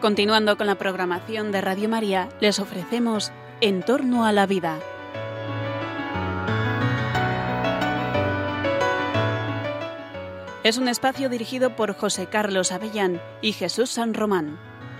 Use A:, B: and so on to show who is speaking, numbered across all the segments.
A: Continuando con la programación de Radio María, les ofrecemos En torno a la vida. Es un espacio dirigido por José Carlos Avellán y Jesús San Román.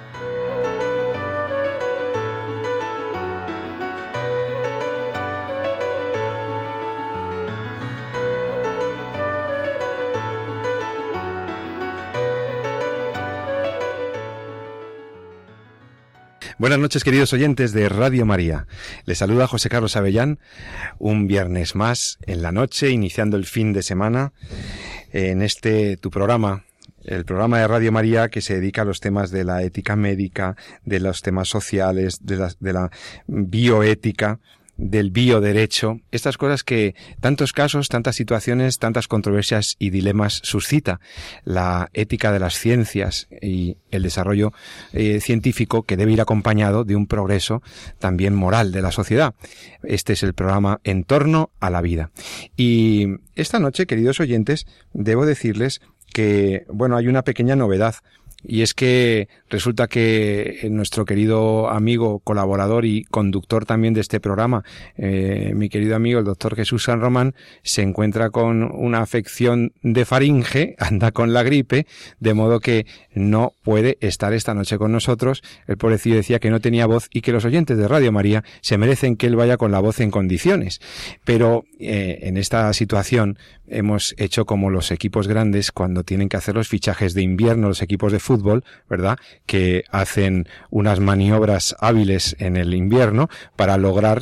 B: Buenas noches, queridos oyentes de Radio María. Les saluda José Carlos Avellán, un viernes más en la noche, iniciando el fin de semana, en tu programa, el programa de Radio María que se dedica a los temas de la ética médica, de los temas sociales, de la bioética, del bioderecho, estas cosas que tantos casos, tantas situaciones, tantas controversias y dilemas suscita la ética de las ciencias y el desarrollo científico que debe ir acompañado de un progreso también moral de la sociedad. Este es el programa En torno a la vida. Y esta noche, queridos oyentes, debo decirles que, hay una pequeña novedad. Y es que resulta que nuestro querido amigo, colaborador y conductor también de este programa, mi querido amigo el doctor Jesús San Román, se encuentra con una afección de faringe, anda con la gripe, de modo que no puede estar esta noche con nosotros. El pobrecillo decía que no tenía voz y que los oyentes de Radio María se merecen que él vaya con la voz en condiciones. Pero en esta situación hemos hecho como los equipos grandes cuando tienen que hacer los fichajes de invierno, los equipos de fútbol, ¿verdad?, que hacen unas maniobras hábiles en el invierno para lograr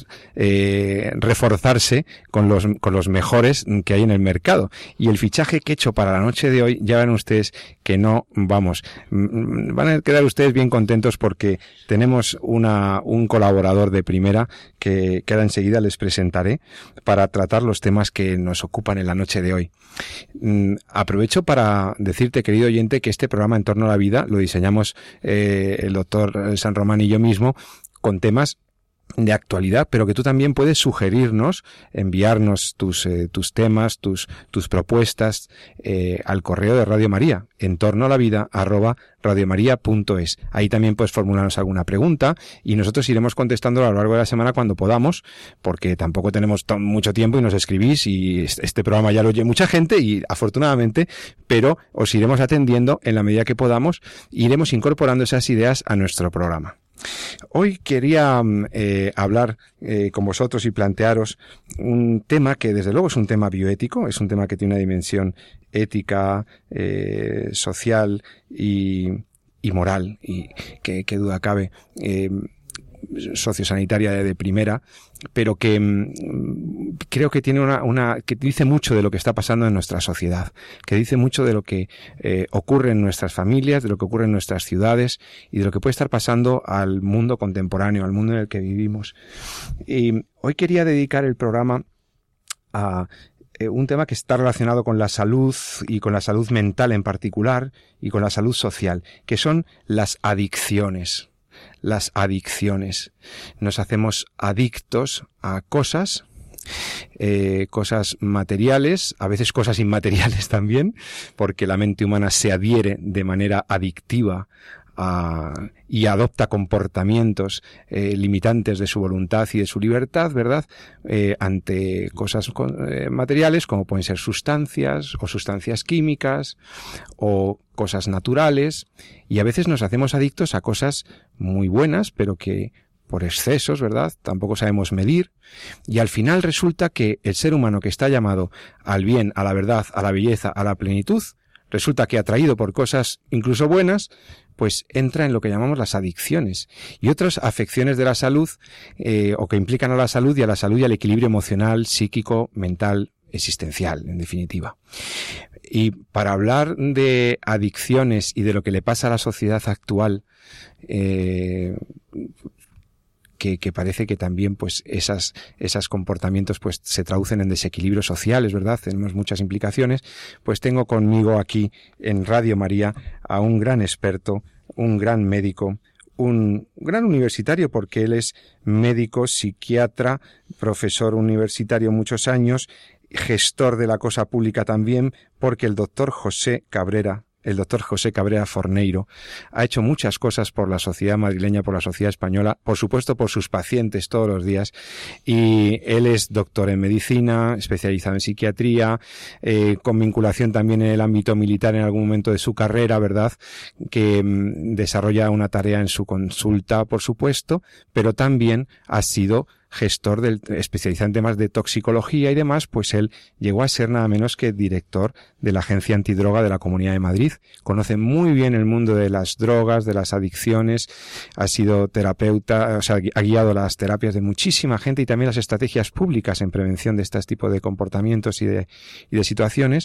B: reforzarse con los mejores que hay en el mercado. Y el fichaje que he hecho para la noche de hoy, ya ven ustedes que van a quedar ustedes bien contentos porque tenemos un colaborador de primera que ahora enseguida les presentaré para tratar los temas que nos ocupan en la noche de hoy. Aprovecho para decirte, querido oyente, que este programa En torno a la vida lo diseñamos el doctor San Román y yo mismo con temas de actualidad, pero que tú también puedes sugerirnos, enviarnos tus temas, tus propuestas al correo de Radio María, entornoalavida@radiomaria.es. Ahí también puedes formularnos alguna pregunta y nosotros iremos contestando a lo largo de la semana cuando podamos, porque tampoco tenemos mucho tiempo y nos escribís y este programa ya lo oye mucha gente y afortunadamente, pero os iremos atendiendo en la medida que podamos, iremos incorporando esas ideas a nuestro programa. Hoy quería hablar con vosotros y plantearos un tema que desde luego es un tema bioético, es un tema que tiene una dimensión ética, social y moral, y que duda cabe, sociosanitaria de primera, pero que creo que tiene que dice mucho de lo que está pasando en nuestra sociedad, que dice mucho de lo que ocurre en nuestras familias, de lo que ocurre en nuestras ciudades y de lo que puede estar pasando al mundo contemporáneo, al mundo en el que vivimos. Y hoy quería dedicar el programa a un tema que está relacionado con la salud y con la salud mental en particular y con la salud social, que son las adicciones. Las adicciones. Nos hacemos adictos a cosas materiales, a veces cosas inmateriales también, porque la mente humana se adhiere de manera adictiva y adopta comportamientos limitantes de su voluntad y de su libertad, ¿verdad?, ante cosas materiales como pueden ser sustancias o sustancias químicas o cosas naturales, y a veces nos hacemos adictos a cosas muy buenas, pero que por excesos, ¿verdad?, tampoco sabemos medir, y al final resulta que el ser humano que está llamado al bien, a la verdad, a la belleza, a la plenitud, resulta que atraído por cosas incluso buenas, pues entra en lo que llamamos las adicciones y otras afecciones de la salud, o que implican a la salud y al equilibrio emocional, psíquico, mental, existencial, en definitiva. Y para hablar de adicciones y de lo que le pasa a la sociedad actual, que parece que también pues esas comportamientos pues se traducen en desequilibrios sociales, ¿verdad? Tenemos muchas implicaciones. Pues tengo conmigo aquí en Radio María a un gran experto, un gran médico, un gran universitario, porque él es médico, psiquiatra, profesor universitario muchos años, gestor de la cosa pública también, porque el doctor José Cabrera el doctor José Cabrera Forneiro, ha hecho muchas cosas por la sociedad madrileña, por la sociedad española, por supuesto por sus pacientes todos los días, y él es doctor en medicina, especializado en psiquiatría, con vinculación también en el ámbito militar en algún momento de su carrera, ¿verdad?, que desarrolla una tarea en su consulta, por supuesto, pero también ha sido gestor especializado en temas de toxicología y demás, pues él llegó a ser nada menos que director de la Agencia Antidroga de la Comunidad de Madrid. Conoce muy bien el mundo de las drogas, de las adicciones, ha sido terapeuta, o sea, ha guiado las terapias de muchísima gente y también las estrategias públicas en prevención de este tipo de comportamientos y de situaciones.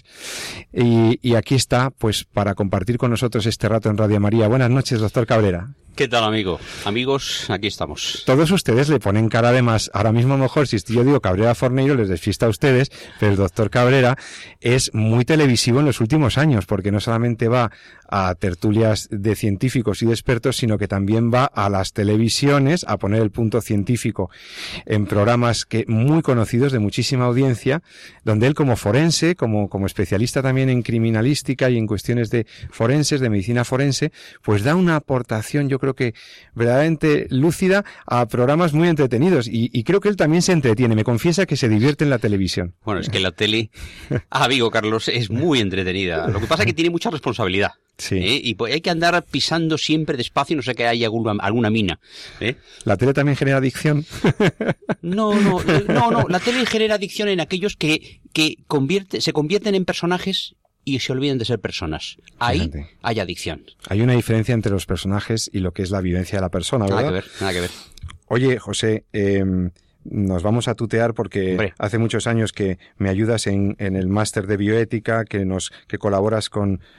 B: Y aquí está, pues, para compartir con nosotros este rato en Radio María. Buenas noches, doctor Cabrera.
C: ¿Qué tal, amigo? Amigos, aquí estamos.
B: Todos ustedes le ponen cara, además, ahora mismo a lo mejor, si yo digo Cabrera Forneiro, les despista a ustedes, pero el doctor Cabrera es muy televisivo en los últimos años, porque no solamente va a tertulias de científicos y de expertos, sino que también va a las televisiones a poner el punto científico en programas muy conocidos, de muchísima audiencia, donde él como forense, como especialista también en criminalística y en cuestiones de forenses, de medicina forense, pues da una aportación, yo creo que verdaderamente lúcida, a programas muy entretenidos, y creo que él también se entretiene, me confiesa que se divierte en la televisión.
C: Bueno, es que la tele, amigo Carlos, es muy entretenida. Lo que pasa es que tiene mucha responsabilidad.
B: Sí.
C: Y pues hay que andar pisando siempre despacio, no sé que haya alguna mina.
B: ¿La tele también genera adicción?
C: No, la tele genera adicción en aquellos que se convierten en personajes y se olviden de ser personas. Ahí
B: Fíjate.
C: hay adicción.
B: Hay una diferencia entre los personajes y lo que es la vivencia de la persona, ¿verdad?
C: Nada que ver.
B: Oye, José, nos vamos a tutear porque
C: Hombre.
B: hace muchos años que me ayudas en el máster de bioética, que colaboras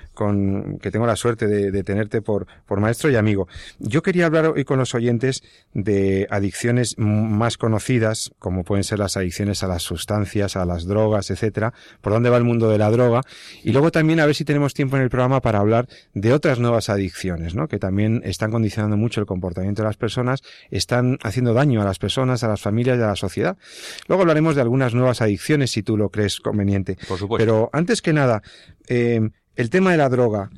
B: que tengo la suerte de tenerte por maestro y amigo. Yo quería hablar hoy con los oyentes de adicciones más conocidas, como pueden ser las adicciones a las sustancias, a las drogas, etcétera, por dónde va el mundo de la droga, y luego también a ver si tenemos tiempo en el programa para hablar de otras nuevas adicciones, ¿no?, que también están condicionando mucho el comportamiento de las personas, están haciendo daño a las personas, a las familias y a la sociedad. Luego hablaremos de algunas nuevas adicciones si tú lo crees conveniente.
C: Por supuesto.
B: Pero antes que nada, el tema de la droga,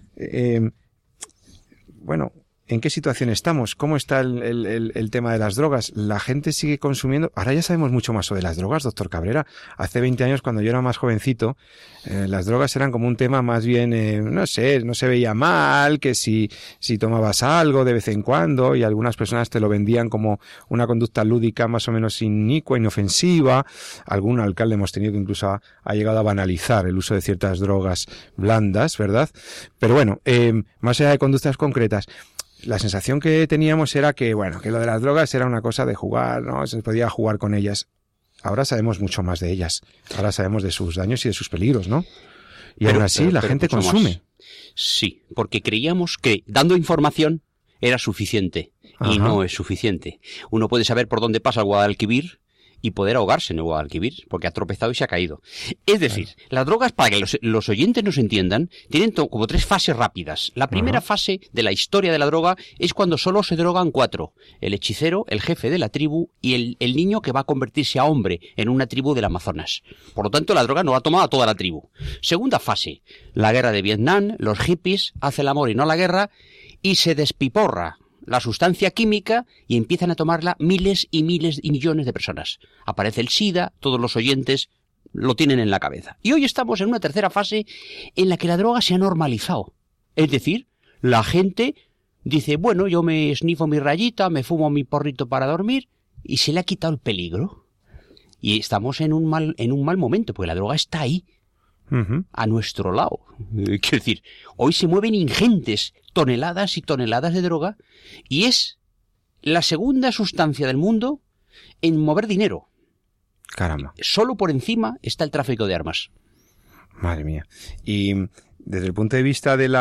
B: bueno, ¿en qué situación estamos? ¿Cómo está el tema de las drogas? ¿La gente sigue consumiendo? Ahora ya sabemos mucho más sobre las drogas, doctor Cabrera. Hace 20 años, cuando yo era más jovencito, las drogas eran como un tema más bien, no se veía mal, que si tomabas algo de vez en cuando, y algunas personas te lo vendían como una conducta lúdica más o menos inicua, inofensiva. Algún alcalde hemos tenido que incluso ha llegado a banalizar el uso de ciertas drogas blandas, ¿verdad? Pero bueno, más allá de conductas concretas, la sensación que teníamos era que lo de las drogas era una cosa de jugar, ¿no? Se podía jugar con ellas. Ahora sabemos mucho más de ellas. Ahora sabemos de sus daños y de sus peligros, ¿no? Y aún así la gente consume.
C: Más. Sí, porque creíamos que dando información era suficiente.
B: Ajá.
C: Y no es suficiente. Uno puede saber por dónde pasa el Guadalquivir y poder ahogarse en el Guadalquivir, porque ha tropezado y se ha caído. Es decir, las drogas, para que los oyentes nos entiendan, tienen como 3 fases rápidas. La primera fase de la historia de la droga es cuando solo se drogan 4. El hechicero, el jefe de la tribu y el niño que va a convertirse a hombre en una tribu del Amazonas. Por lo tanto, la droga no la toma a toda la tribu. Segunda fase, la guerra de Vietnam, los hippies, hace el amor y no la guerra, y se despiporra la sustancia química y empiezan a tomarla miles y millones de personas. Aparece el SIDA, todos los oyentes lo tienen en la cabeza. Y hoy estamos en una tercera fase en la que la droga se ha normalizado. Es decir, la gente dice, bueno, yo me snifo mi rayita, me fumo mi porrito para dormir, y se le ha quitado el peligro. Y estamos en un mal momento, porque la droga está ahí, a nuestro lado. Quiero decir, hoy se mueven ingentes toneladas y toneladas de droga, y es la segunda sustancia del mundo en mover dinero.
B: Caramba.
C: Solo por encima está el tráfico de armas.
B: Madre mía. Y desde el punto de vista de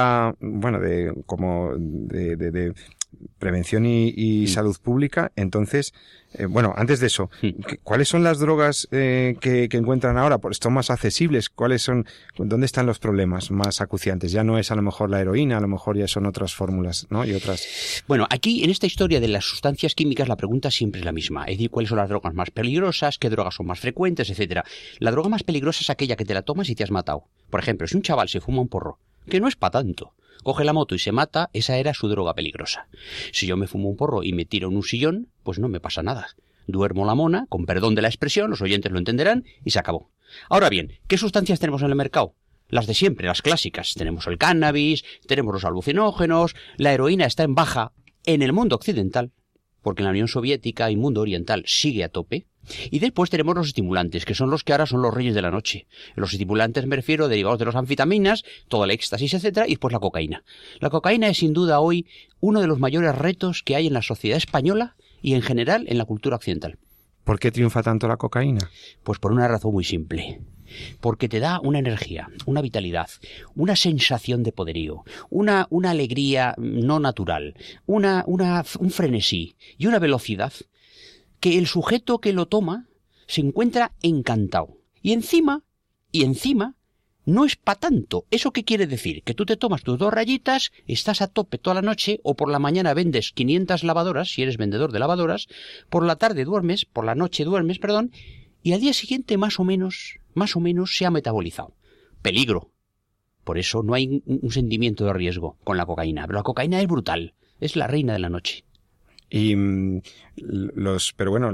B: de prevención y salud pública, entonces, antes de eso, ¿cuáles son las drogas que encuentran ahora? Pues son más accesibles. ¿Dónde están los problemas más acuciantes? Ya no es a lo mejor la heroína, a lo mejor ya son otras fórmulas, ¿no? Y otras.
C: Bueno, aquí en esta historia de las sustancias químicas la pregunta siempre es la misma. Es decir, ¿cuáles son las drogas más peligrosas? ¿Qué drogas son más frecuentes? Etcétera. La droga más peligrosa es aquella que te la tomas y te has matado. Por ejemplo, si un chaval se fuma un porro que no es para tanto. Coge la moto y se mata, esa era su droga peligrosa. Si yo me fumo un porro y me tiro en un sillón, pues no me pasa nada. Duermo la mona, con perdón de la expresión, los oyentes lo entenderán, y se acabó. Ahora bien, ¿qué sustancias tenemos en el mercado? Las de siempre, las clásicas. Tenemos el cannabis, tenemos los alucinógenos, la heroína está en baja en el mundo occidental, porque en la Unión Soviética y mundo oriental sigue a tope. Y después tenemos los estimulantes, que son los que ahora son los reyes de la noche. Los estimulantes me refiero derivados de las anfetaminas, todo el éxtasis, etcétera, y después la cocaína. La cocaína es sin duda hoy uno de los mayores retos que hay en la sociedad española y en general en la cultura occidental.
B: ¿Por qué triunfa tanto la cocaína?
C: Pues por una razón muy simple. Porque te da una energía, una vitalidad, una sensación de poderío, una alegría no natural, un frenesí y una velocidad que el sujeto que lo toma se encuentra encantado. Y encima, no es para tanto. ¿Eso qué quiere decir? Que tú te tomas tus 2 rayitas, estás a tope toda la noche, o por la mañana vendes 500 lavadoras, si eres vendedor de lavadoras, por la tarde duermes, por la noche duermes, y al día siguiente más o menos se ha metabolizado. Peligro. Por eso no hay un sentimiento de riesgo con la cocaína. Pero la cocaína es brutal. Es la reina de la noche.
B: Y los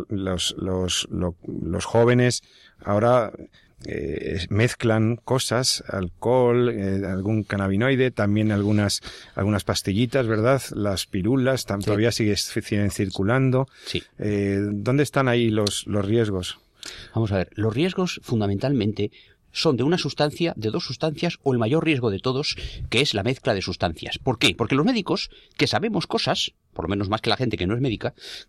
B: jóvenes ahora mezclan cosas, alcohol, algún cannabinoide, también algunas pastillitas, ¿verdad? Las pirulas todavía siguen circulando.
C: Sí.
B: ¿Dónde están ahí los riesgos?
C: Vamos a ver, los riesgos fundamentalmente son de una sustancia, de 2 sustancias, o el mayor riesgo de todos, que es la mezcla de sustancias. ¿Por qué? Porque los médicos, que sabemos cosas, por lo menos más que la gente que no es médica,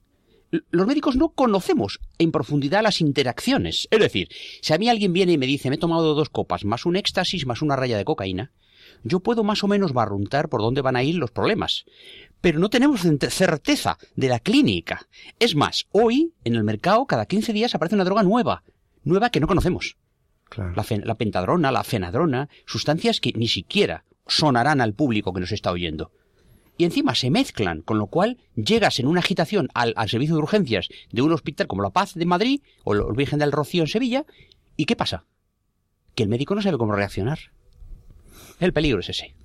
C: los médicos no conocemos en profundidad las interacciones. Es decir, si a mí alguien viene y me dice, me he tomado 2 copas, más un éxtasis, más una raya de cocaína, yo puedo más o menos barruntar por dónde van a ir los problemas. Pero no tenemos certeza de la clínica. Es más, hoy, en el mercado, cada 15 días aparece una droga nueva que no conocemos.
B: Claro.
C: La pentadrona, la fenadrona, sustancias que ni siquiera sonarán al público que nos está oyendo. Y encima se mezclan, con lo cual llegas en una agitación al servicio de urgencias de un hospital como La Paz de Madrid o el Virgen del Rocío en Sevilla, ¿y qué pasa? Que el médico no sabe cómo reaccionar. El peligro es ese.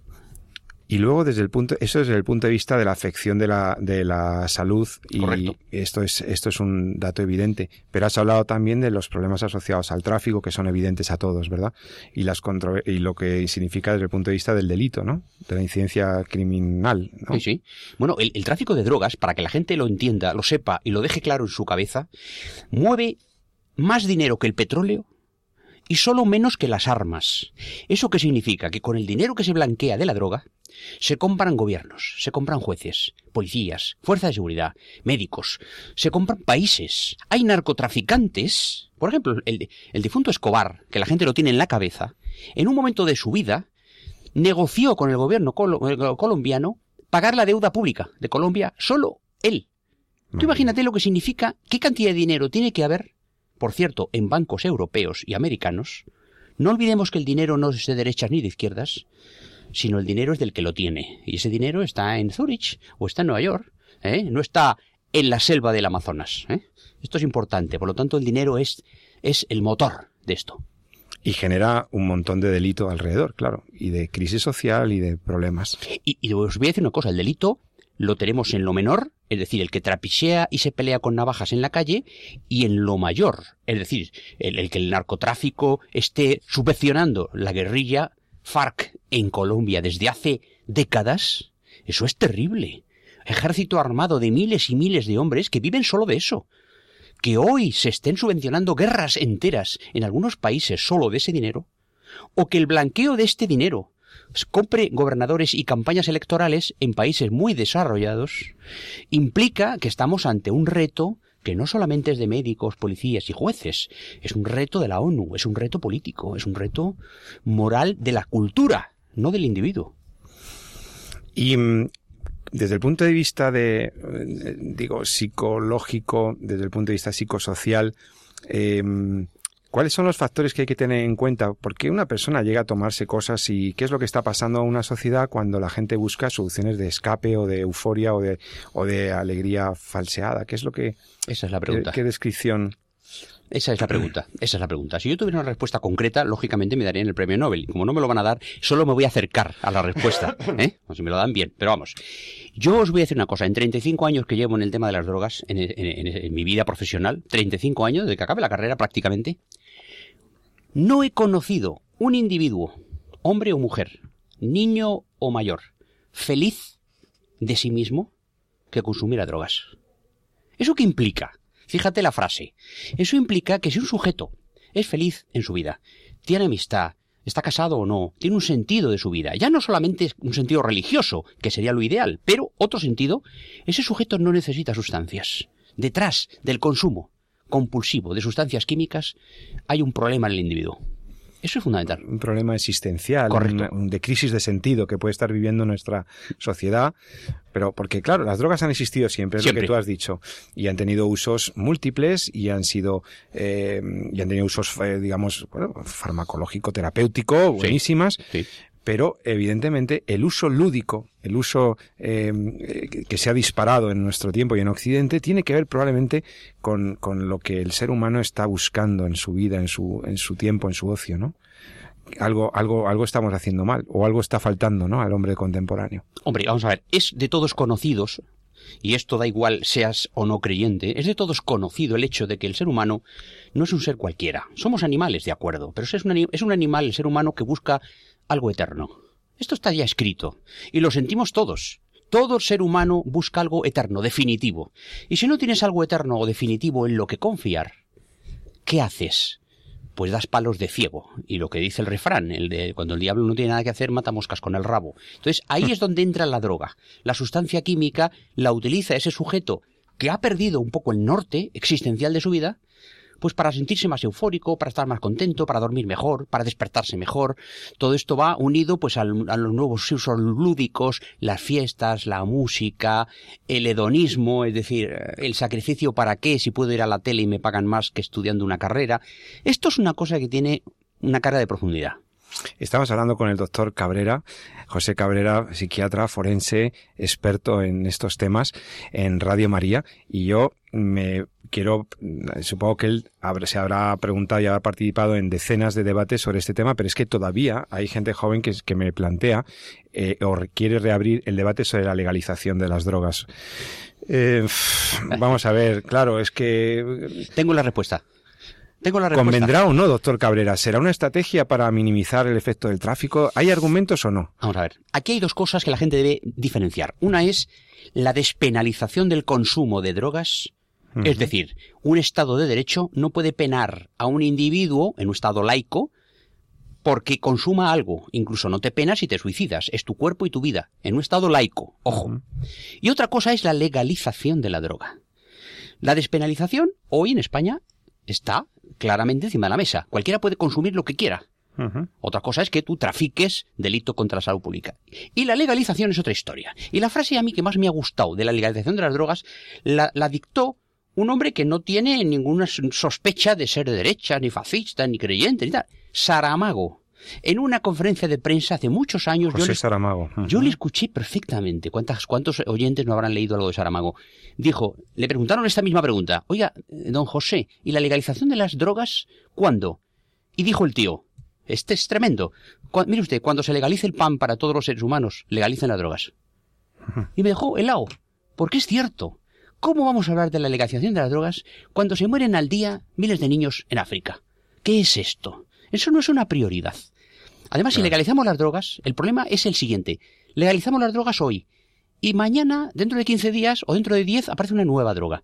B: Y luego desde el punto de vista de la afección de la salud, y
C: correcto.
B: esto es un dato evidente, pero has hablado también de los problemas asociados al tráfico, que son evidentes a todos, ¿verdad? Y lo que significa desde el punto de vista del delito, ¿no? De la incidencia criminal, ¿no?
C: Sí. Bueno, el tráfico de drogas, para que la gente lo entienda, lo sepa y lo deje claro en su cabeza, mueve más dinero que el petróleo y solo menos que las armas. ¿Eso qué significa? Que con el dinero que se blanquea de la droga se compran gobiernos, se compran jueces, policías, fuerzas de seguridad, médicos, se compran países. Hay narcotraficantes, por ejemplo, el difunto Escobar, que la gente lo tiene en la cabeza, en un momento de su vida negoció con el gobierno colombiano pagar la deuda pública de Colombia, solo él. Tú imagínate lo que significa, qué cantidad de dinero tiene que haber, por cierto, en bancos europeos y americanos. No olvidemos que el dinero no es de derechas ni de izquierdas, sino el dinero es del que lo tiene. Y ese dinero está en Zúrich o está en Nueva York, no está en la selva del Amazonas. Esto es importante. Por lo tanto, el dinero es el motor de esto.
B: Y genera un montón de delito alrededor, claro, y de crisis social y de problemas.
C: Y os voy a decir una cosa, el delito lo tenemos en lo menor, es decir, el que trapichea y se pelea con navajas en la calle, y en lo mayor, es decir, el que el narcotráfico esté subvencionando la guerrilla FARC en Colombia desde hace décadas. Eso es terrible. Ejército armado de miles y miles de hombres que viven solo de eso. Que hoy se estén subvencionando guerras enteras en algunos países solo de ese dinero, o que el blanqueo de este dinero compre gobernadores y campañas electorales en países muy desarrollados, implica que estamos ante un reto que no solamente es de médicos, policías y jueces, es un reto de la ONU, es un reto político, es un reto moral de la cultura, no del individuo.
B: Y desde el punto de vista psicológico, desde el punto de vista psicosocial, ¿cuáles son los factores que hay que tener en cuenta? ¿Por qué una persona llega a tomarse cosas y qué es lo que está pasando en una sociedad cuando la gente busca soluciones de escape o de euforia o de alegría falseada? ¿Qué es lo que...
C: Esa es la pregunta.
B: ¿Qué descripción?
C: Esa es la pregunta. Si yo tuviera una respuesta concreta, lógicamente me darían el premio Nobel. Como no me lo van a dar, solo me voy a acercar a la respuesta. O si me lo dan, bien. Pero vamos, yo os voy a decir una cosa. En 35 años que llevo en el tema de las drogas, en mi vida profesional, 35 años, desde que acabe la carrera prácticamente, no he conocido un individuo, hombre o mujer, niño o mayor, feliz de sí mismo que consumiera drogas. ¿Eso qué implica? Fíjate la frase. Eso implica que si un sujeto es feliz en su vida, tiene amistad, está casado o no, tiene un sentido de su vida, ya no solamente es un sentido religioso, que sería lo ideal, pero otro sentido, ese sujeto no necesita sustancias. Detrás del consumo compulsivo de sustancias químicas hay un problema en el individuo. Eso es fundamental.
B: Un problema existencial, de crisis de sentido que puede estar viviendo nuestra sociedad. Pero porque, claro, las drogas han existido siempre, es lo que tú has dicho. Y han tenido usos múltiples y han sido, y han tenido usos, digamos, bueno, farmacológico, terapéutico, buenísimas. Sí. Pero, evidentemente, el uso lúdico, el uso que se ha disparado en nuestro tiempo y en Occidente, tiene que ver probablemente con lo que el ser humano está buscando en su vida, en su tiempo, en su ocio, ¿no? Algo estamos haciendo mal, o algo está faltando, ¿no?, al hombre contemporáneo.
C: Hombre, vamos a ver, es de todos conocidos, y esto da igual seas o no creyente, es de todos conocido el hecho de que el ser humano no es un ser cualquiera. Somos animales, de acuerdo, pero es un animal, el ser humano, que busca algo eterno. Esto está ya escrito, y lo sentimos todos. Todo ser humano busca algo eterno, definitivo. Y si no tienes algo eterno o definitivo en lo que confiar, ¿qué haces? Pues das palos de ciego. Y lo que dice el refrán, el de cuando el diablo no tiene nada que hacer, mata moscas con el rabo. Entonces ahí es donde entra la droga. La sustancia química la utiliza ese sujeto que ha perdido un poco el norte existencial de su vida, pues para sentirse más eufórico, para estar más contento, para dormir mejor, para despertarse mejor. Todo esto va unido pues a los nuevos usos lúdicos, las fiestas, la música, el hedonismo, es decir, el sacrificio para qué, si puedo ir a la tele y me pagan más que estudiando una carrera. Esto es una cosa que tiene una cara de profundidad.
B: Estamos hablando con el doctor Cabrera, José Cabrera, psiquiatra forense, experto en estos temas, en Radio María, y yo supongo que él se habrá preguntado y habrá participado en decenas de debates sobre este tema, pero es que todavía hay gente joven que me plantea o quiere reabrir el debate sobre la legalización de las drogas. Vamos a ver, claro, es que...
C: Tengo la respuesta.
B: ¿Convendrá o no, doctor Cabrera? ¿Será una estrategia para minimizar el efecto del tráfico? ¿Hay argumentos o no?
C: Vamos a ver. Aquí hay dos cosas que la gente debe diferenciar. Una es la despenalización del consumo de drogas. Uh-huh. Es decir, un Estado de Derecho no puede penar a un individuo en un Estado laico porque consuma algo. Incluso no te penas si te suicidas. Es tu cuerpo y tu vida. En un Estado laico. Ojo. Uh-huh. Y otra cosa es la legalización de la droga. La despenalización, hoy en España, está claramente encima de la mesa. Cualquiera puede consumir lo que quiera. Uh-huh. Otra cosa es que tú trafiques, delito contra la salud pública. Y la legalización es otra historia. Y la frase a mí que más me ha gustado de la legalización de las drogas la dictó un hombre que no tiene ninguna sospecha de ser de derecha, ni fascista, ni creyente, ni tal. Saramago. En una conferencia de prensa hace muchos años...
B: Saramago. Uh-huh.
C: Yo le escuché perfectamente. ¿Cuántos oyentes no habrán leído algo de Saramago? Dijo, le preguntaron esta misma pregunta. Oiga, don José, ¿y la legalización de las drogas cuándo? Y dijo el tío, este es tremendo. Mire usted, cuando se legalice el pan para todos los seres humanos, legalicen las drogas. Uh-huh. Y me dejó helado. Porque es cierto. ¿Cómo vamos a hablar de la legalización de las drogas cuando se mueren al día miles de niños en África? ¿Qué es esto? Eso no es una prioridad. Además, si legalizamos las drogas, el problema es el siguiente. Legalizamos las drogas hoy y mañana, dentro de 15 días o dentro de 10, aparece una nueva droga.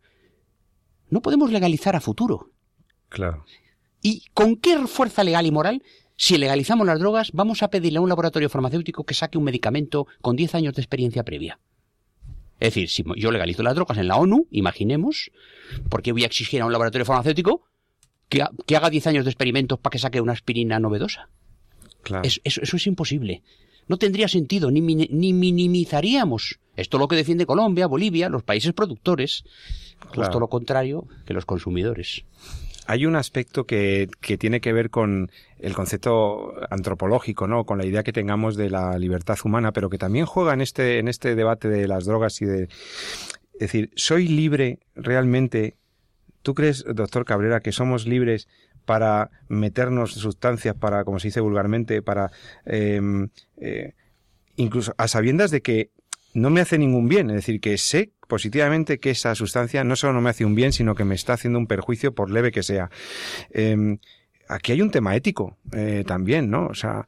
C: No podemos legalizar a futuro.
B: Claro.
C: ¿Y con qué fuerza legal y moral, si legalizamos las drogas, vamos a pedirle a un laboratorio farmacéutico que saque un medicamento con 10 años de experiencia previa? Es decir, si yo legalizo las drogas en la ONU, imaginemos, ¿por qué voy a exigir a un laboratorio farmacéutico que haga 10 años de experimentos para que saque una aspirina novedosa? Claro. Eso es imposible. No tendría sentido, ni minimizaríamos. Esto es lo que defiende Colombia, Bolivia, los países productores. Claro. Justo lo contrario que los consumidores.
B: Hay un aspecto que tiene que ver con el concepto antropológico, ¿no? Con la idea que tengamos de la libertad humana, pero que también juega en este debate de las drogas y de... Es decir, ¿soy libre realmente ¿Tú crees, doctor Cabrera, que somos libres para meternos sustancias, para, como se dice vulgarmente, para incluso a sabiendas de que no me hace ningún bien? Es decir, que sé positivamente que esa sustancia no solo no me hace un bien, sino que me está haciendo un perjuicio, por leve que sea. Aquí hay un tema ético también, ¿no? O sea,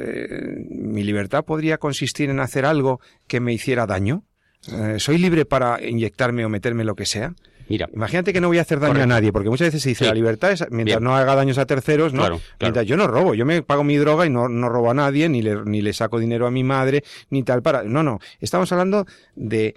B: ¿mi libertad podría consistir en hacer algo que me hiciera daño? ¿Soy libre para inyectarme o meterme lo que sea?
C: Mira,
B: imagínate que no voy a hacer daño a nadie, porque muchas veces se dice la libertad es mientras no haga daños a terceros, ¿no?
C: Claro.
B: Mientras yo no robo, yo me pago mi droga y no robo a nadie, ni le saco dinero a mi madre, ni tal para... No, estamos hablando de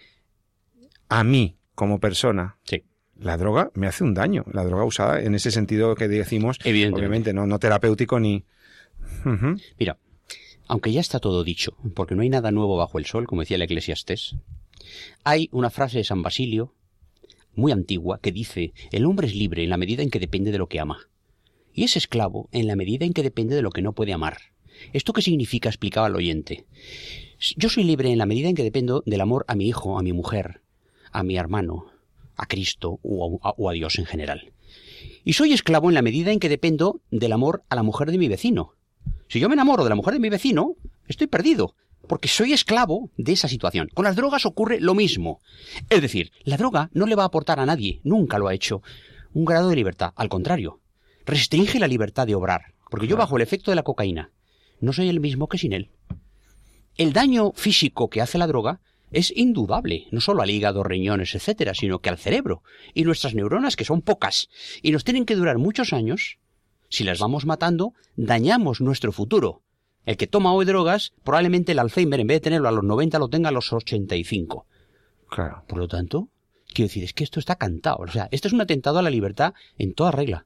B: a mí como persona.
C: Sí.
B: La droga me hace un daño, la droga usada en ese sentido que decimos, obviamente no terapéutico ni... Uh-huh.
C: Mira, aunque ya está todo dicho, porque no hay nada nuevo bajo el sol, como decía el Eclesiastés, hay una frase de San Basilio muy antigua que dice: el hombre es libre en la medida en que depende de lo que ama, y es esclavo en la medida en que depende de lo que no puede amar. ¿Esto qué significa?, explicaba al oyente. Yo soy libre en la medida en que dependo del amor a mi hijo, a mi mujer, a mi hermano, a Cristo o a Dios en general. Y soy esclavo en la medida en que dependo del amor a la mujer de mi vecino. Si yo me enamoro de la mujer de mi vecino, estoy perdido, porque soy esclavo de esa situación. Con las drogas ocurre lo mismo. Es decir, la droga no le va a aportar a nadie, nunca lo ha hecho, un grado de libertad. Al contrario, restringe la libertad de obrar, porque yo bajo el efecto de la cocaína no soy el mismo que sin él. El daño físico que hace la droga es indudable, no solo al hígado, riñones, etcétera, sino que al cerebro y nuestras neuronas, que son pocas y nos tienen que durar muchos años. Si las vamos matando, dañamos nuestro futuro. El que toma hoy drogas, probablemente el Alzheimer, en vez de tenerlo a los 90, lo tenga a los 85.
B: Claro.
C: Por lo tanto, quiero decir, es que esto está cantado. O sea, esto es un atentado a la libertad en toda regla.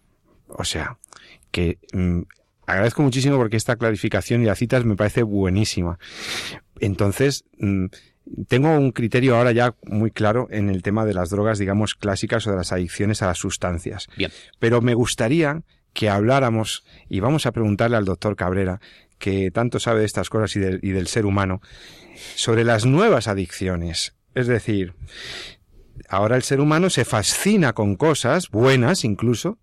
B: O sea, que agradezco muchísimo porque esta clarificación y las citas me parece buenísima. Entonces, tengo un criterio ahora ya muy claro en el tema de las drogas, digamos, clásicas o de las adicciones a las sustancias.
C: Bien.
B: Pero me gustaría que habláramos, y vamos a preguntarle al doctor Cabrera, que tanto sabe de estas cosas y del ser humano, sobre las nuevas adicciones. Es decir, ahora el ser humano se fascina con cosas, buenas incluso,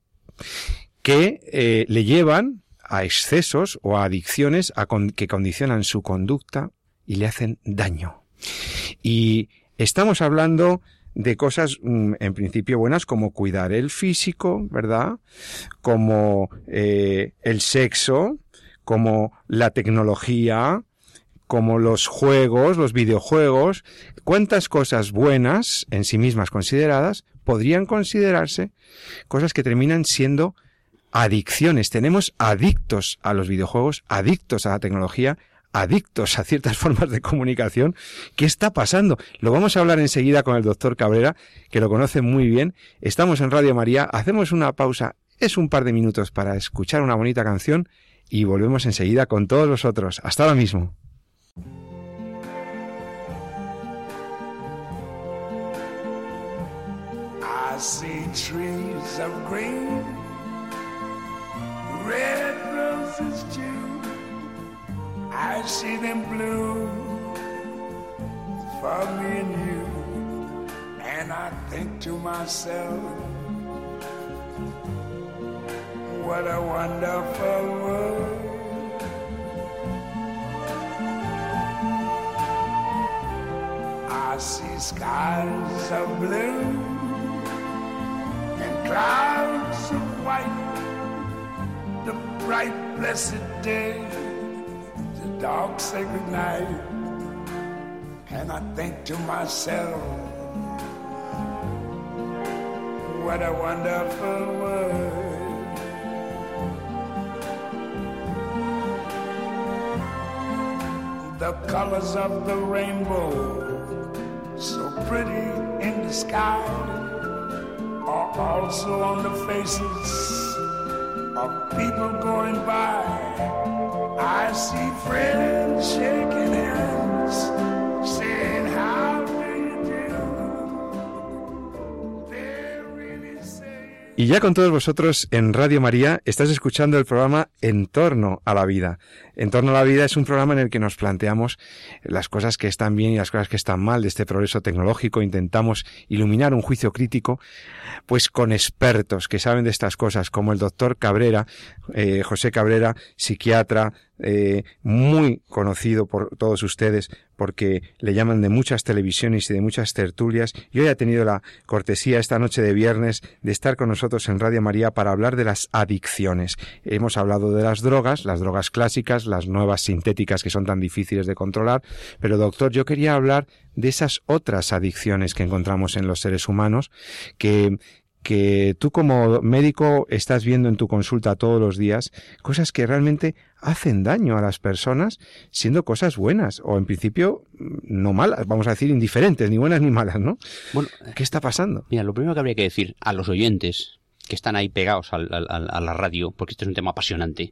B: que le llevan a excesos o a adicciones que condicionan su conducta y le hacen daño. Y estamos hablando de cosas en principio buenas como cuidar el físico, ¿verdad? Como el sexo, como la tecnología, como los juegos, los videojuegos. ¿Cuántas cosas buenas en sí mismas consideradas podrían considerarse cosas que terminan siendo adicciones? Tenemos adictos a los videojuegos, adictos a la tecnología, adictos a ciertas formas de comunicación. ¿Qué está pasando? Lo vamos a hablar enseguida con el doctor Cabrera, que lo conoce muy bien. Estamos en Radio María, hacemos una pausa, es un par de minutos para escuchar una bonita canción y volvemos enseguida con todos vosotros. Hasta ahora mismo.
D: I see trees of green, red roses too. I see them bloom for me and you, and I think to myself, what a wonderful world. I see skies of blue and clouds of white, the bright blessed day, dark sacred night, and I think to myself, what a wonderful world. The colors of the rainbow, so pretty in the sky, are also on the faces of people going by. I see friends shaking hands, saying, how do you do? They're really saying...
B: Y ya con todos vosotros en Radio María estás escuchando el programa En torno a la vida. En torno a la vida es un programa en el que nos planteamos las cosas que están bien y las cosas que están mal de este progreso tecnológico. Intentamos iluminar un juicio crítico, pues con expertos que saben de estas cosas, como el doctor Cabrera, José Cabrera, psiquiatra, muy conocido por todos ustedes porque le llaman de muchas televisiones y de muchas tertulias, y hoy ha tenido la cortesía esta noche de viernes de estar con nosotros en Radio María para hablar de las adicciones. Hemos hablado de las drogas clásicas, las nuevas sintéticas que son tan difíciles de controlar, pero doctor, yo quería hablar de esas otras adicciones que encontramos en los seres humanos, que tú como médico estás viendo en tu consulta todos los días, cosas que realmente hacen daño a las personas, siendo cosas buenas, o en principio no malas, vamos a decir indiferentes, ni buenas ni malas, ¿no? Bueno, ¿qué está pasando?
C: Mira, lo primero que habría que decir a los oyentes que están ahí pegados a la radio, porque este es un tema apasionante,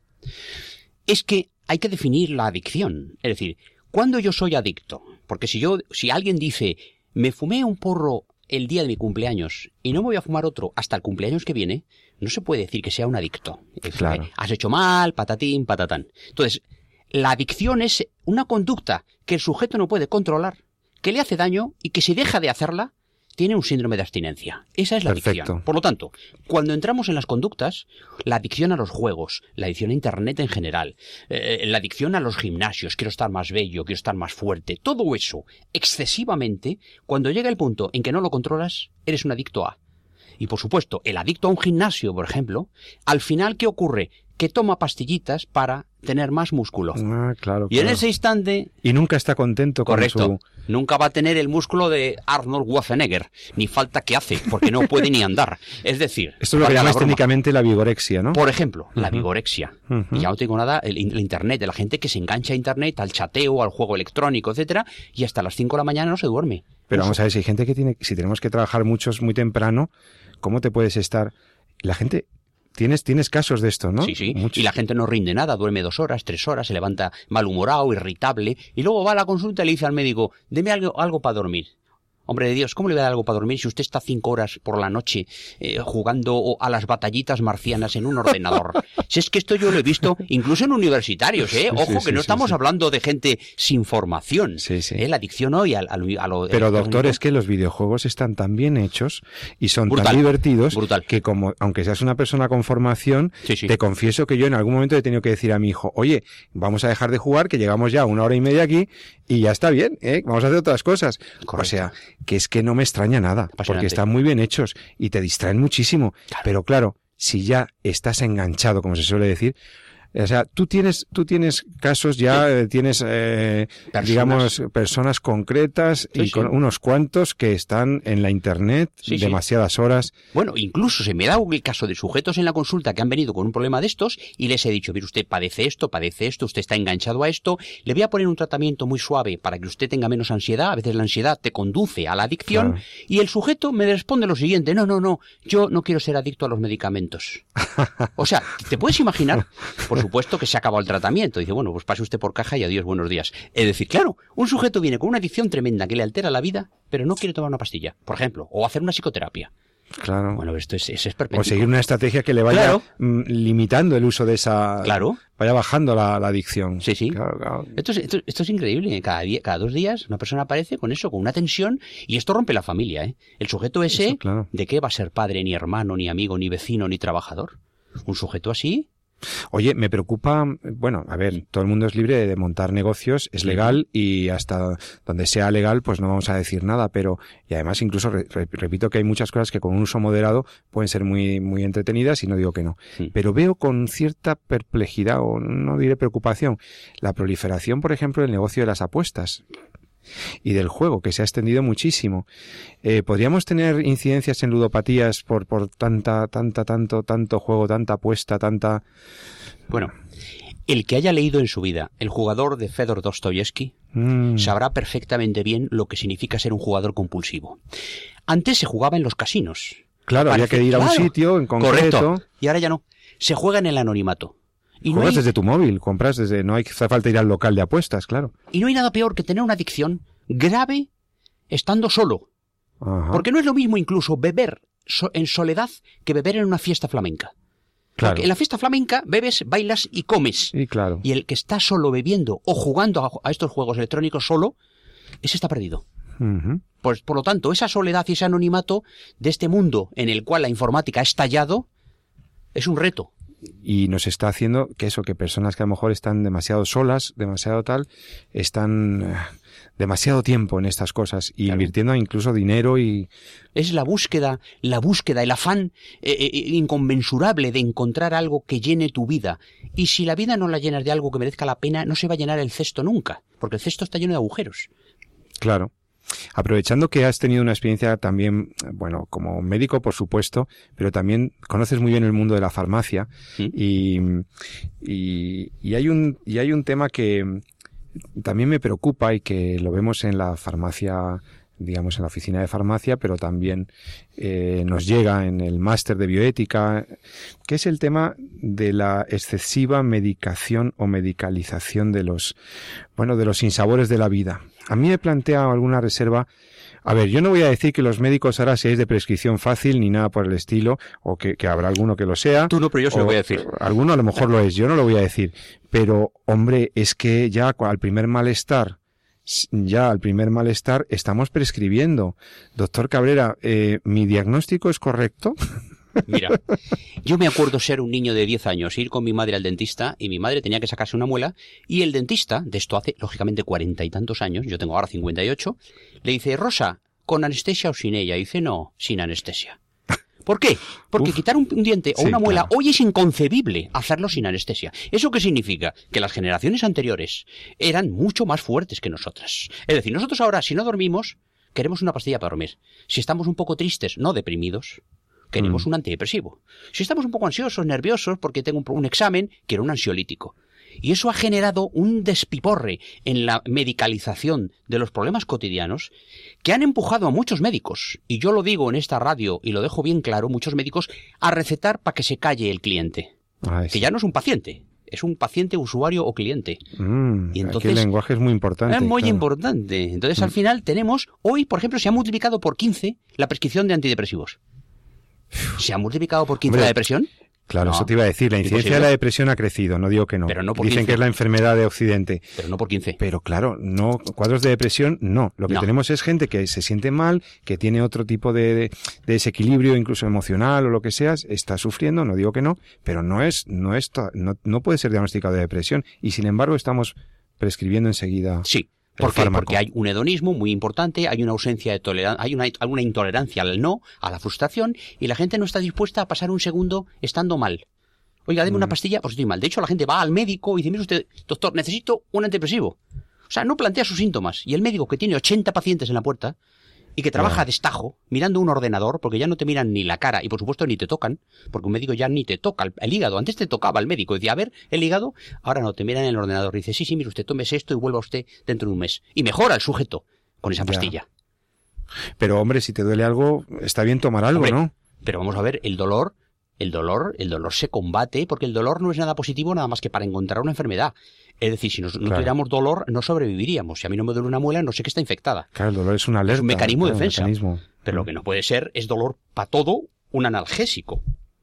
C: es que hay que definir la adicción. Es decir, ¿cuándo yo soy adicto? Porque si alguien dice, me fumé un porro el día de mi cumpleaños y no me voy a fumar otro hasta el cumpleaños que viene, no se puede decir que sea un adicto.
B: Claro.
C: Has hecho mal, patatín, patatán. Entonces, la adicción es una conducta que el sujeto no puede controlar, que le hace daño y que si deja de hacerla, tiene un síndrome de abstinencia. Esa es la adicción. Por lo tanto, cuando entramos en las conductas, la adicción a los juegos, la adicción a Internet en general, la adicción a los gimnasios, quiero estar más bello, quiero estar más fuerte, todo eso, excesivamente, cuando llega el punto en que no lo controlas, eres un adicto a. Y por supuesto, el adicto a un gimnasio, por ejemplo, al final, ¿qué ocurre? Que toma pastillitas para tener más músculo.
B: Claro.
C: Y en ese instante...
B: Y nunca está contento con
C: correcto, nunca va a tener el músculo de Arnold Schwarzenegger, ni falta que hace, porque no puede ni andar. Es decir...
B: Esto es lo que llamas técnicamente la vigorexia, ¿no?
C: Por ejemplo, la vigorexia. Y ya no tengo nada, el Internet, de la gente que se engancha a Internet, al chateo, al juego electrónico, etcétera, y hasta las 5 de la mañana no se duerme.
B: Pero vamos a ver, si hay gente que si tenemos que trabajar muchos muy temprano, ¿cómo te puedes estar...? La gente... Tienes casos de esto, ¿no?
C: Sí.
B: Muchos.
C: Y la gente no rinde nada, duerme 2 horas, 3 horas, se levanta malhumorado, irritable, y luego va a la consulta y le dice al médico, deme algo para dormir. Hombre de Dios, ¿cómo le va a dar algo para dormir si usted está 5 horas por la noche jugando a las batallitas marcianas en un ordenador? Si es que esto yo lo he visto incluso en universitarios, ¿eh? Ojo, que no estamos hablando de gente sin formación. La adicción hoy a lo...
B: Pero doctor, es que los videojuegos están tan bien hechos y son tan divertidos que como, aunque seas una persona con formación, te confieso que yo en algún momento he tenido que decir a mi hijo, oye, vamos a dejar de jugar, que llegamos ya 1 hora y media aquí y ya está bien, vamos a hacer otras cosas. Correcto. O sea, que es que no me extraña nada, porque están muy bien hechos y te distraen muchísimo. Claro. Pero claro, si ya estás enganchado, como se suele decir, o sea, tú tienes casos ya, tienes, digamos, personas concretas y con unos cuantos que están en la Internet demasiadas horas.
C: Bueno, incluso se me da el caso de sujetos en la consulta que han venido con un problema de estos y les he dicho, mire, usted padece esto, usted está enganchado a esto, le voy a poner un tratamiento muy suave para que usted tenga menos ansiedad, a veces la ansiedad te conduce a la adicción, y el sujeto me responde lo siguiente, no, yo no quiero ser adicto a los medicamentos. O sea, ¿te puedes imaginar? Por supuesto que se ha acabado el tratamiento. Dice, bueno, pues pase usted por caja y adiós, buenos días. Es decir, claro, un sujeto viene con una adicción tremenda que le altera la vida, pero no quiere tomar una pastilla, por ejemplo, o hacer una psicoterapia.
B: Claro.
C: Bueno, esto es esperpéntico.
B: O seguir una estrategia que le vaya limitando el uso de esa... Claro. Vaya bajando la adicción.
C: Sí.
B: Claro.
C: Esto es increíble. Cada 2 días una persona aparece con eso, con una tensión, y esto rompe la familia, ¿eh? El sujeto ese,
B: eso, claro.
C: ¿De qué va a ser padre, ni hermano, ni amigo, ni vecino, ni trabajador? Un sujeto así...
B: Oye, me preocupa, bueno, a ver, todo el mundo es libre de montar negocios, es legal y hasta donde sea legal pues no vamos a decir nada, pero y además incluso repito que hay muchas cosas que con un uso moderado pueden ser muy muy entretenidas y no digo que no, pero veo con cierta perplejidad o no diré preocupación la proliferación, por ejemplo, del negocio de las apuestas y del juego, que se ha extendido muchísimo. ¿Podríamos tener incidencias en ludopatías por tanto juego, tanta apuesta, tanta...
C: Bueno, el que haya leído en su vida El jugador de Fedor Dostoyevsky sabrá perfectamente bien lo que significa ser un jugador compulsivo. Antes se jugaba en los casinos.
B: Claro, había que ir a un sitio en concreto.
C: Correcto. Y ahora ya no. Se juega en el anonimato.
B: Y juegas desde tu móvil, compras desde... No hace falta ir al local de apuestas, claro.
C: Y no hay nada peor que tener una adicción grave estando solo. Ajá. Porque no es lo mismo incluso beber en soledad que beber en una fiesta flamenca.
B: Claro.
C: Porque en la fiesta flamenca bebes, bailas y comes.
B: Sí, claro.
C: Y el que está solo bebiendo o jugando a estos juegos electrónicos solo, ese está perdido.
B: Ujú.
C: Pues por lo tanto, esa soledad y ese anonimato de este mundo en el cual la informática ha estallado es un reto.
B: Y nos está haciendo que personas que a lo mejor están demasiado solas, demasiado tal, están demasiado tiempo en estas cosas, y
C: Claro.
B: invirtiendo incluso dinero y...
C: Es la búsqueda, el afán inconmensurable de encontrar algo que llene tu vida. Y si la vida no la llenas de algo que merezca la pena, no se va a llenar el cesto nunca, porque el cesto está lleno de agujeros.
B: Claro. Aprovechando que has tenido una experiencia también, bueno, como médico, por supuesto, pero también conoces muy bien el mundo de la farmacia,
C: ¿Mm?
B: y hay un tema que también me preocupa y que lo vemos en la farmacia, digamos en la oficina de farmacia, pero también nos llega en el máster de bioética, que es el tema de la excesiva medicación o medicalización de los sinsabores de la vida. A mí me plantea alguna reserva. A ver, yo no voy a decir que los médicos ahora seáis de prescripción fácil ni nada por el estilo, o que habrá alguno que lo sea.
C: Tú no, pero yo se lo voy a decir.
B: Alguno a lo mejor lo es, yo no lo voy a decir. Pero, hombre, es que ya al primer malestar estamos prescribiendo. Doctor Cabrera, ¿mi diagnóstico es correcto?
C: Mira, yo me acuerdo ser un niño de 10 años, ir con mi madre al dentista, y mi madre tenía que sacarse una muela, y el dentista, de esto hace lógicamente 40 y tantos años, yo tengo ahora 58, le dice, Rosa, ¿con anestesia o sin ella? Y dice, no, sin anestesia. ¿Por qué? Porque quitar un diente o
B: Sí,
C: una muela
B: claro.
C: hoy es inconcebible hacerlo sin anestesia. ¿Eso qué significa? Que las generaciones anteriores eran mucho más fuertes que nosotras. Es decir, nosotros ahora, si no dormimos, queremos una pastilla para dormir. Si estamos un poco tristes, no deprimidos, queremos un antidepresivo. Si estamos un poco ansiosos, nerviosos, porque tengo un examen, quiero un ansiolítico. Y eso ha generado un despiporre en la medicalización de los problemas cotidianos que han empujado a muchos médicos, y yo lo digo en esta radio y lo dejo bien claro, muchos médicos, a recetar para que se calle el cliente.
B: Ay,
C: Que ya no es un paciente, es un paciente, usuario o cliente. Y entonces,
B: aquí el lenguaje es muy importante.
C: Es muy
B: claro.
C: importante. Entonces, al final tenemos, hoy, por ejemplo, se ha multiplicado por 15 la prescripción de antidepresivos. ¿Se ha multiplicado por 15
B: Hombre,
C: la depresión?
B: Claro,
C: No,
B: eso te iba a decir. La incidencia
C: imposible.
B: de la depresión ha crecido, no digo que no.
C: Pero no por
B: Dicen
C: 15.
B: que es la enfermedad de Occidente.
C: Pero no por 15.
B: Pero claro, no, cuadros de depresión, no. Lo que
C: No.
B: tenemos es gente que se siente mal, que tiene otro tipo de desequilibrio, incluso emocional o lo que sea, está sufriendo, no digo que no, pero no puede ser diagnosticado de depresión. Y sin embargo estamos prescribiendo enseguida.
C: Sí.
B: el
C: ¿Por qué?
B: fármaco.
C: Porque hay un hedonismo muy importante, hay una ausencia de tolerancia, hay alguna intolerancia al no, a la frustración, y la gente no está dispuesta a pasar un segundo estando mal. Oiga, deme una pastilla, pues estoy mal. De hecho, la gente va al médico y dice, mire usted, doctor, necesito un antidepresivo. O sea, no plantea sus síntomas. Y el médico que tiene 80 pacientes en la puerta y que trabaja a destajo, mirando un ordenador, porque ya no te miran ni la cara y por supuesto ni te tocan, porque un médico ya ni te toca el hígado. Antes te tocaba el médico, decía, a ver, el hígado, ahora no, te miran en el ordenador. Y dice, sí, mire usted, tómese esto y vuelva usted dentro de un mes. Y mejora el sujeto con esa
B: Ya.
C: pastilla.
B: Pero hombre, si te duele algo, está bien tomar algo,
C: Hombre,
B: ¿no?
C: Pero vamos a ver, el dolor se combate porque el dolor no es nada positivo nada más que para encontrar una enfermedad. Es decir, si no
B: Claro.
C: tuviéramos dolor, no sobreviviríamos. Si a mí no me duele una muela, no sé que está infectada.
B: Claro, el dolor es una alerta.
C: Es un mecanismo de
B: claro,
C: defensa.
B: mecanismo.
C: Pero lo que no puede ser es dolor para todo un analgésico.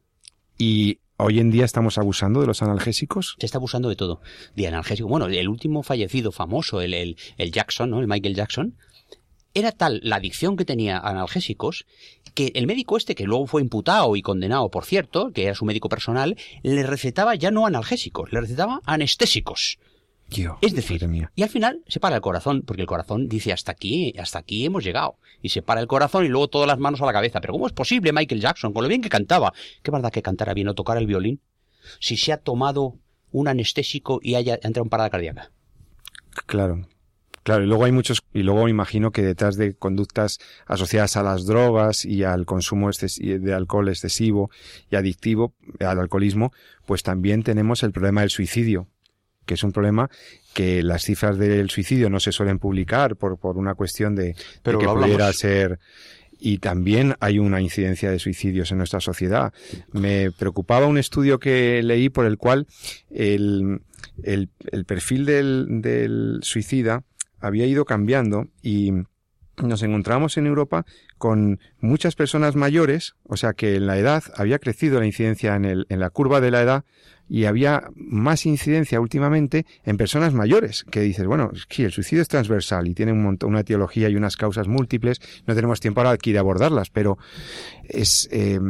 B: Y hoy en día estamos abusando de los analgésicos.
C: Se está abusando de todo. De analgésico. Bueno, el último fallecido famoso, el Jackson, ¿no? El Michael Jackson, era tal la adicción que tenía a analgésicos que el médico que luego fue imputado y condenado, por cierto, que era su médico personal, le recetaba ya no analgésicos, le recetaba anestésicos.
B: Dios,
C: Es decir,
B: madre mía.
C: y al final se para el corazón, porque el corazón dice hasta aquí hemos llegado. Y se para el corazón y luego todas las manos a la cabeza. Pero ¿cómo es posible Michael Jackson, con lo bien que cantaba? ¿Qué verdad que cantara bien o tocara el violín? Si se ha tomado un anestésico y haya entrado en parada cardíaca.
B: Claro. Claro, y luego me imagino que detrás de conductas asociadas a las drogas y al consumo de alcohol excesivo y adictivo, al alcoholismo, pues también tenemos el problema del suicidio, que es un problema que las cifras del suicidio no se suelen publicar por una cuestión de
C: Pero
B: que
C: lo
B: pudiera
C: hablamos.
B: ser. Y también hay una incidencia de suicidios en nuestra sociedad. Me preocupaba un estudio que leí por el cual el perfil del suicida había ido cambiando y nos encontramos en Europa con muchas personas mayores, o sea que en la edad había crecido la incidencia en la curva de la edad y había más incidencia últimamente en personas mayores, que dices, bueno, sí, el suicidio es transversal y tiene una etiología y unas causas múltiples, no tenemos tiempo ahora aquí de abordarlas, pero es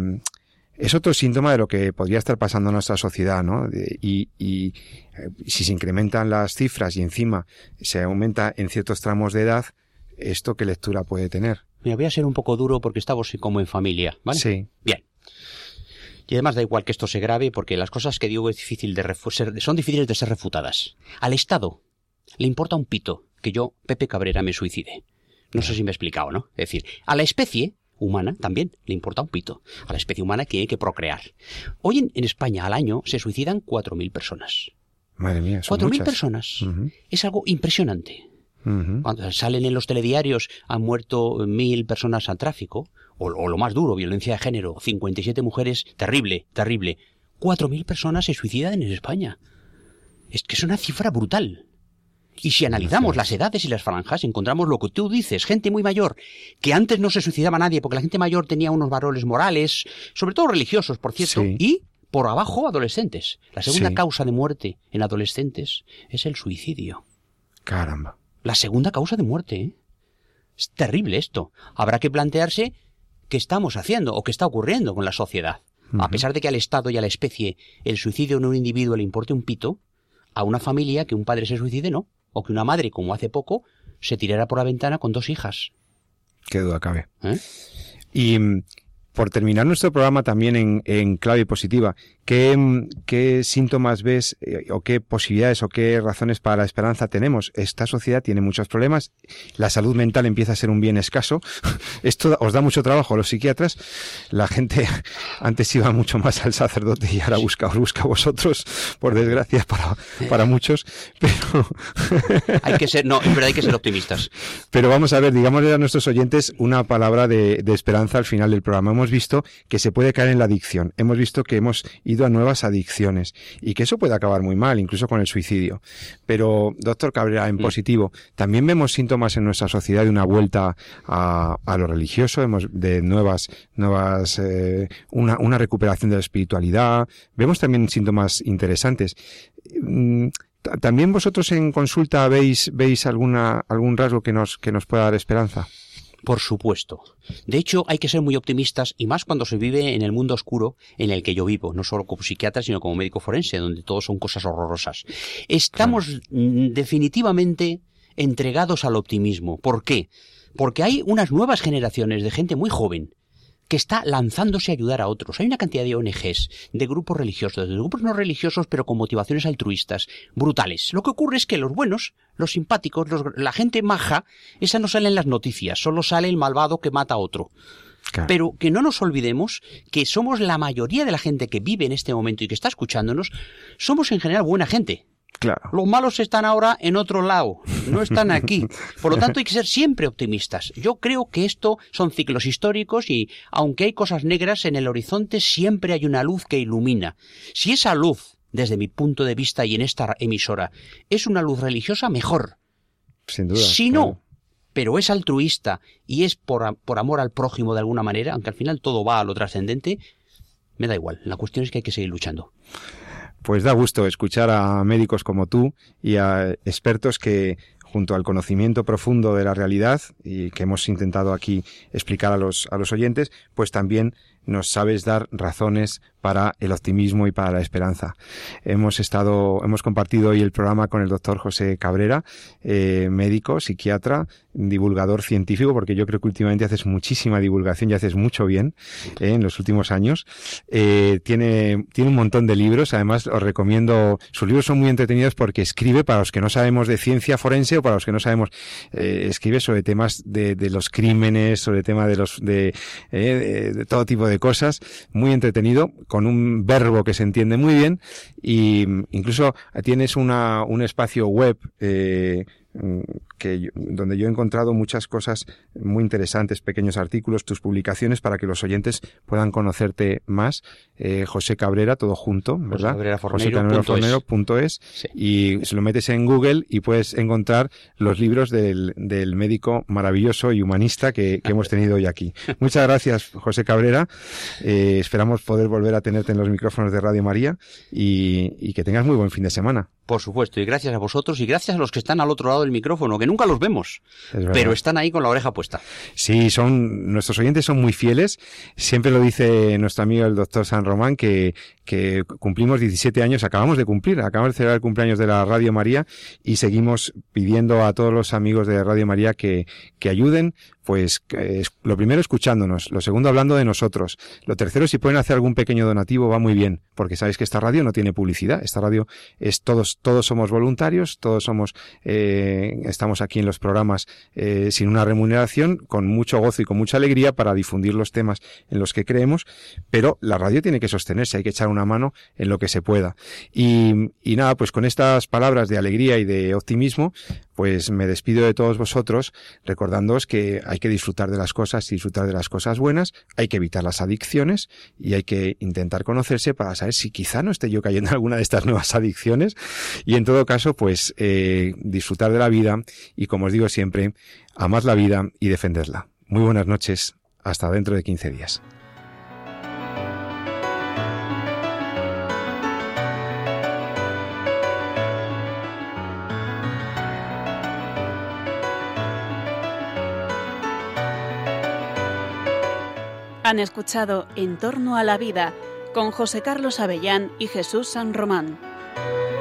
B: otro síntoma de lo que podría estar pasando en nuestra sociedad, ¿no? Y si se incrementan las cifras y encima se aumenta en ciertos tramos de edad, ¿esto qué lectura puede tener?
C: Mira, voy a ser un poco duro porque estamos como en familia, ¿vale?
B: Sí.
C: Bien. Y además da igual que esto se grave porque las cosas que digo son difíciles de ser refutadas. Al Estado le importa un pito que yo, Pepe Cabrera, me suicide. No sé si me he explicado, ¿no? Es decir, a la especie humana también le importa un pito. A la especie humana tiene que procrear. Hoy en España al año se suicidan 4.000 personas.
B: Madre mía, son
C: 4.000 personas.
B: Uh-huh.
C: Es algo impresionante.
B: Uh-huh.
C: Cuando salen en los telediarios han muerto 1.000 personas al tráfico, o lo más duro, violencia de género, 57 mujeres, terrible, terrible. 4.000 personas se suicidan en España. Es que es una cifra brutal. Y si analizamos las edades y las franjas, encontramos lo que tú dices, gente muy mayor, que antes no se suicidaba nadie, porque la gente mayor tenía unos valores morales, sobre todo religiosos, por cierto,
B: Sí.
C: y por abajo adolescentes. La segunda
B: Sí.
C: causa de muerte en adolescentes es el suicidio.
B: Caramba.
C: La segunda causa de muerte, ¿eh? Es terrible esto. Habrá que plantearse qué estamos haciendo o qué está ocurriendo con la sociedad. A pesar de que al Estado y a la especie el suicidio en un individuo le importe un pito, a una familia que un padre se suicide no. O que una madre, como hace poco, se tirara por la ventana con 2 hijas.
B: Qué duda cabe.
C: ¿Eh?
B: Y por terminar nuestro programa también en clave positiva, ¿qué síntomas ves o qué posibilidades o qué razones para la esperanza tenemos? Esta sociedad tiene muchos problemas, la salud mental empieza a ser un bien escaso, esto os da mucho trabajo a los psiquiatras, la gente antes iba mucho más al sacerdote y ahora os busca a vosotros, por desgracia para muchos, pero...
C: Hay que ser, no, en verdad hay que ser optimistas.
B: Pero vamos a ver, digámosle a nuestros oyentes una palabra de esperanza al final del programa. Hemos visto que se puede caer en la adicción, hemos visto que hemos ido a nuevas adicciones y que eso puede acabar muy mal, incluso con el suicidio. Pero, doctor Cabrera, en positivo, también vemos síntomas en nuestra sociedad de una vuelta a lo religioso, de una recuperación de la espiritualidad, vemos también síntomas interesantes. ¿También vosotros en consulta veis algún rasgo que nos pueda dar esperanza?
C: Por supuesto. De hecho, hay que ser muy optimistas, y más cuando se vive en el mundo oscuro en el que yo vivo, no solo como psiquiatra, sino como médico forense, donde todo son cosas horrorosas. Estamos definitivamente entregados al optimismo. ¿Por qué? Porque hay unas nuevas generaciones de gente muy joven que está lanzándose a ayudar a otros. Hay una cantidad de ONGs, de grupos religiosos, de grupos no religiosos, pero con motivaciones altruistas, brutales. Lo que ocurre es que los buenos, los simpáticos, la gente maja, esa no sale en las noticias, solo sale el malvado que mata a otro.
B: Claro.
C: Pero que no nos olvidemos que somos la mayoría de la gente que vive en este momento y que está escuchándonos, somos en general buena gente.
B: Claro.
C: Los malos están ahora en otro lado, no están aquí. Por lo tanto, hay que ser siempre optimistas. Yo creo que esto son ciclos históricos y, aunque hay cosas negras en el horizonte, siempre hay una luz que ilumina. Si esa luz, desde mi punto de vista y en esta emisora, es una luz religiosa, mejor.
B: Sin duda.
C: Si
B: claro.
C: no, pero es altruista y es por amor al prójimo de alguna manera, aunque al final todo va a lo trascendente, me da igual. La cuestión es que hay que seguir luchando.
B: Pues da gusto escuchar a médicos como tú y a expertos que, junto al conocimiento profundo de la realidad y que hemos intentado aquí explicar a los oyentes, pues también nos sabes dar razones para el optimismo y para la esperanza. Hemos compartido hoy el programa con el doctor José Cabrera, médico, psiquiatra, divulgador científico, porque yo creo que últimamente haces muchísima divulgación y haces mucho bien en los últimos años. Tiene un montón de libros, además os recomiendo, sus libros son muy entretenidos porque escribe para los que no sabemos de ciencia forense o para los que no sabemos, escribe sobre temas de los crímenes, sobre temas de todo tipo de cosas, muy entretenido, con un verbo que se entiende muy bien, y incluso tienes un espacio web donde yo he encontrado muchas cosas muy interesantes, pequeños artículos, tus publicaciones, para que los oyentes puedan conocerte más. José Cabrera, todo junto, ¿verdad? JosecabreiraFornero.es.
C: Sí.
B: Y si lo metes en Google y puedes encontrar los libros del médico maravilloso y humanista que hemos tenido hoy aquí. Muchas gracias, José Cabrera. Esperamos poder volver a tenerte en los micrófonos de Radio María y que tengas muy buen fin de semana.
C: Por supuesto, y gracias a vosotros y gracias a los que están al otro lado del micrófono, que nunca los vemos, pero están ahí con la oreja puesta.
B: Sí, nuestros oyentes son muy fieles. Siempre lo dice nuestro amigo el doctor San Román, que cumplimos 17 años, acabamos de celebrar el cumpleaños de la Radio María y seguimos pidiendo a todos los amigos de Radio María que ayuden, pues lo primero escuchándonos, lo segundo hablando de nosotros, lo tercero si pueden hacer algún pequeño donativo va muy bien, porque sabéis que esta radio no tiene publicidad, esta radio es todos somos voluntarios, todos estamos aquí en los programas sin una remuneración, con mucho gozo y con mucha alegría para difundir los temas en los que creemos, pero la radio tiene que sostenerse, hay que echar una mano en lo que se pueda. Y nada, pues con estas palabras de alegría y de optimismo, pues me despido de todos vosotros recordándoos que hay que disfrutar de las cosas y disfrutar de las cosas buenas, hay que evitar las adicciones y hay que intentar conocerse para saber si quizá no esté yo cayendo en alguna de estas nuevas adicciones y en todo caso pues disfrutar de la vida y como os digo siempre, amad la vida y defendedla. Muy buenas noches, hasta dentro de 15 días.
A: Han escuchado En torno a la vida con José Carlos Avellán y Jesús San Román.